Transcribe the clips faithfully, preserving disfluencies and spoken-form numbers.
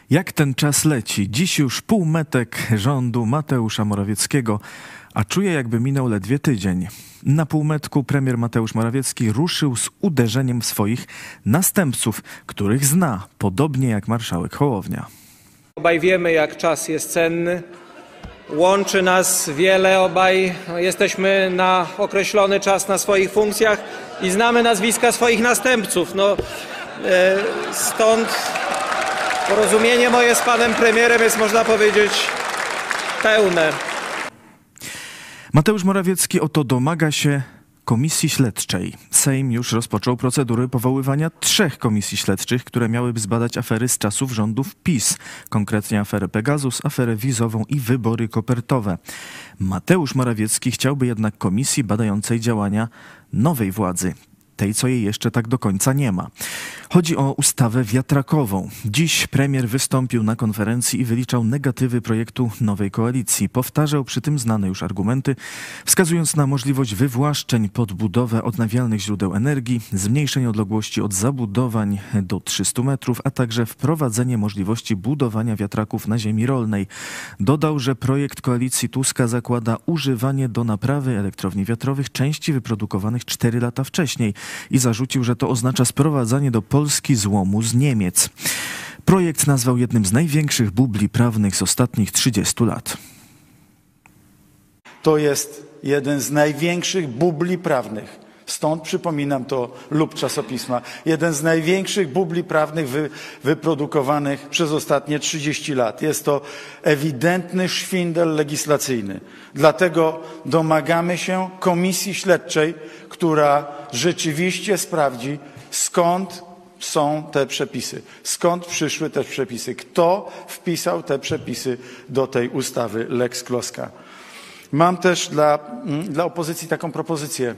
Jak ten czas leci? Dziś już półmetek rządu Mateusza Morawieckiego, a czuję, jakby minął ledwie tydzień. Na półmetku premier Mateusz Morawiecki ruszył z uderzeniem w swoich następców, których zna, podobnie jak marszałek Hołownia. Obaj wiemy, jak czas jest cenny. Łączy nas wiele, obaj jesteśmy na określony czas na swoich funkcjach i znamy nazwiska swoich następców. No, e, stąd porozumienie moje z panem premierem jest, można powiedzieć, pełne. Mateusz Morawiecki oto domaga się komisji śledczej. Sejm już rozpoczął procedury powoływania trzech komisji śledczych, które miałyby zbadać afery z czasów rządów PiS, konkretnie aferę Pegasus, aferę wizową i wybory kopertowe. Mateusz Morawiecki chciałby jednak komisji badającej działania nowej władzy, tej, co jej jeszcze tak do końca nie ma. Chodzi o ustawę wiatrakową. Dziś premier wystąpił na konferencji i wyliczał negatywy projektu nowej koalicji. Powtarzał przy tym znane już argumenty, wskazując na możliwość wywłaszczeń pod budowę odnawialnych źródeł energii, zmniejszenie odległości od zabudowań do trzystu metrów, a także wprowadzenie możliwości budowania wiatraków na ziemi rolnej. Dodał, że projekt koalicji Tuska zakłada używanie do naprawy elektrowni wiatrowych części wyprodukowanych cztery lata wcześniej i zarzucił, że to oznacza sprowadzanie do Polski złomu z Niemiec. Projekt nazwał jednym z największych bubli prawnych z ostatnich trzydziestu lat. To jest jeden z największych bubli prawnych. Stąd przypominam to lub czasopisma. Jeden z największych bubli prawnych wy, wyprodukowanych przez ostatnie trzydzieści lat. Jest to ewidentny szwindel legislacyjny. Dlatego domagamy się komisji śledczej, która rzeczywiście sprawdzi, skąd są te przepisy, skąd przyszły te przepisy, kto wpisał te przepisy do tej ustawy Lex Kloska. Mam też dla, dla opozycji taką propozycję.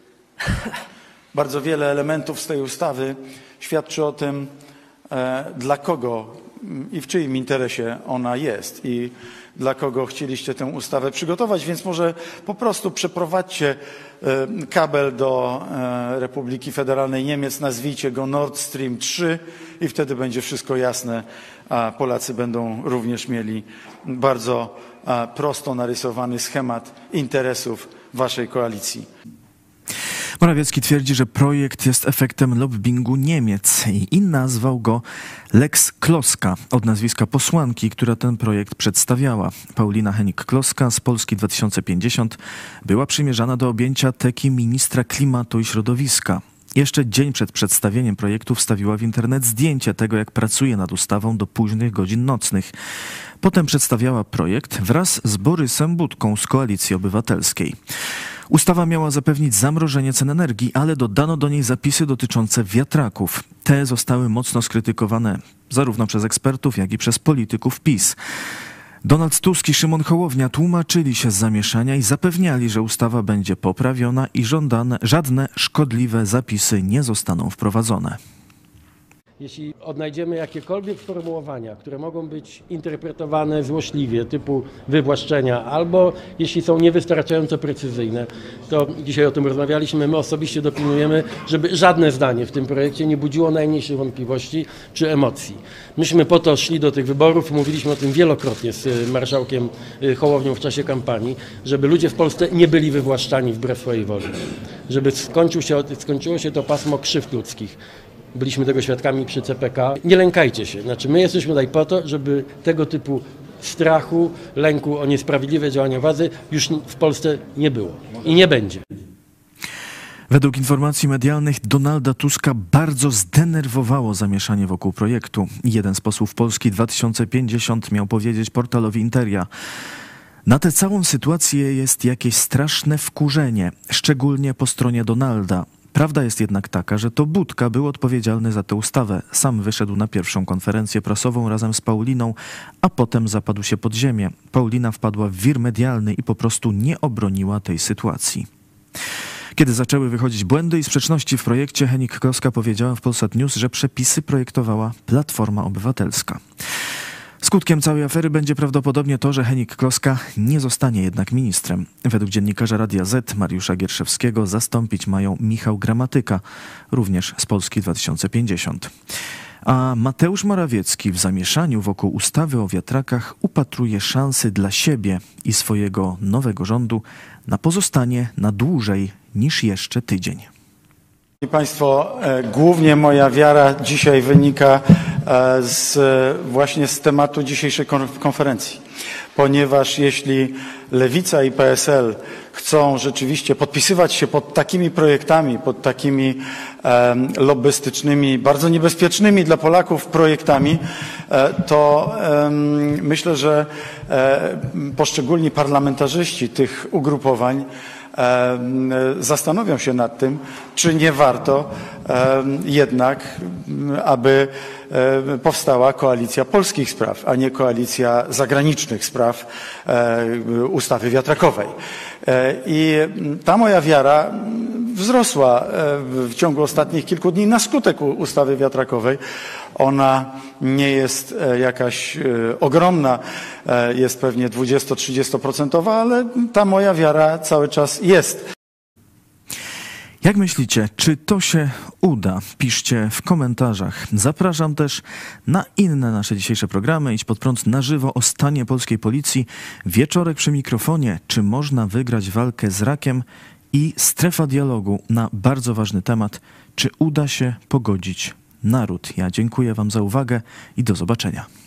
Bardzo wiele elementów z tej ustawy świadczy o tym, e, dla kogo i w czyim interesie ona jest i dla kogo chcieliście tę ustawę przygotować, więc może po prostu przeprowadźcie e, kabel do e, Republiki Federalnej Niemiec, nazwijcie go Nord Stream trzy i wtedy będzie wszystko jasne, a Polacy będą również mieli bardzo a, prosto narysowany schemat interesów waszej koalicji. Morawiecki twierdzi, że projekt jest efektem lobbingu Niemiec i nazwał go Lex Kloska od nazwiska posłanki, która ten projekt przedstawiała. Paulina Hennig-Kloska z Polski dwa tysiące pięćdziesiąt była przymierzana do objęcia teki ministra klimatu i środowiska. Jeszcze dzień przed przedstawieniem projektu wstawiła w internet zdjęcie tego, jak pracuje nad ustawą do późnych godzin nocnych. Potem przedstawiała projekt wraz z Borysem Budką z Koalicji Obywatelskiej. Ustawa miała zapewnić zamrożenie cen energii, ale dodano do niej zapisy dotyczące wiatraków. Te zostały mocno skrytykowane zarówno przez ekspertów, jak i przez polityków PiS. Donald Tusk i Szymon Hołownia tłumaczyli się z zamieszania i zapewniali, że ustawa będzie poprawiona i żądane, żadne szkodliwe zapisy nie zostaną wprowadzone. Jeśli odnajdziemy jakiekolwiek sformułowania, które mogą być interpretowane złośliwie, typu wywłaszczenia, albo jeśli są niewystarczająco precyzyjne, to dzisiaj o tym rozmawialiśmy, my osobiście dopilnujemy, żeby żadne zdanie w tym projekcie nie budziło najmniejszych wątpliwości czy emocji. Myśmy po to szli do tych wyborów, mówiliśmy o tym wielokrotnie z marszałkiem Hołownią w czasie kampanii, żeby ludzie w Polsce nie byli wywłaszczani wbrew swojej woli, żeby skończył się, skończyło się to pasmo krzywd ludzkich. Byliśmy tego świadkami przy C P K. Nie lękajcie się. Znaczy my jesteśmy tutaj po to, żeby tego typu strachu, lęku o niesprawiedliwe działania władzy już w Polsce nie było i nie będzie. Według informacji medialnych Donalda Tuska bardzo zdenerwowało zamieszanie wokół projektu. Jeden z posłów Polski dwa tysiące pięćdziesiąt miał powiedzieć portalowi Interia: na tę całą sytuację jest jakieś straszne wkurzenie, szczególnie po stronie Donalda. Prawda jest jednak taka, że to Budka był odpowiedzialny za tę ustawę. Sam wyszedł na pierwszą konferencję prasową razem z Pauliną, a potem zapadł się pod ziemię. Paulina wpadła w wir medialny i po prostu nie obroniła tej sytuacji. Kiedy zaczęły wychodzić błędy i sprzeczności w projekcie, Hennig-Kloska powiedziała w Polsat News, że przepisy projektowała Platforma Obywatelska. Skutkiem całej afery będzie prawdopodobnie to, że Hennig-Kloska nie zostanie jednak ministrem. Według dziennikarza Radia Z Mariusza Gierszewskiego zastąpić mają Michał Gramatyka, również z Polski dwa tysiące pięćdziesiąt. A Mateusz Morawiecki w zamieszaniu wokół ustawy o wiatrakach upatruje szansy dla siebie i swojego nowego rządu na pozostanie na dłużej niż jeszcze tydzień. Szanowni Państwo, e, głównie moja wiara dzisiaj wynika e, z, właśnie z tematu dzisiejszej kon- konferencji, ponieważ jeśli Lewica i P S L chcą rzeczywiście podpisywać się pod takimi projektami, pod takimi e, lobbystycznymi, bardzo niebezpiecznymi dla Polaków projektami, e, to e, myślę, że e, poszczególni parlamentarzyści tych ugrupowań zastanowią się nad tym, czy nie warto jednak, aby powstała koalicja polskich spraw, a nie koalicja zagranicznych spraw ustawy wiatrakowej. I ta moja wiara wzrosła w ciągu ostatnich kilku dni na skutek ustawy wiatrakowej. Ona nie jest jakaś ogromna, jest pewnie dwudziesto-trzydziesto procentowa, ale ta moja wiara cały czas jest. Jak myślicie, czy to się uda? Piszcie w komentarzach. Zapraszam też na inne nasze dzisiejsze programy. Idź pod prąd na żywo o stanie polskiej policji. Wieczorek przy mikrofonie. Czy można wygrać walkę z rakiem? I strefa dialogu na bardzo ważny temat. Czy uda się pogodzić naród? Ja dziękuję Wam za uwagę i do zobaczenia.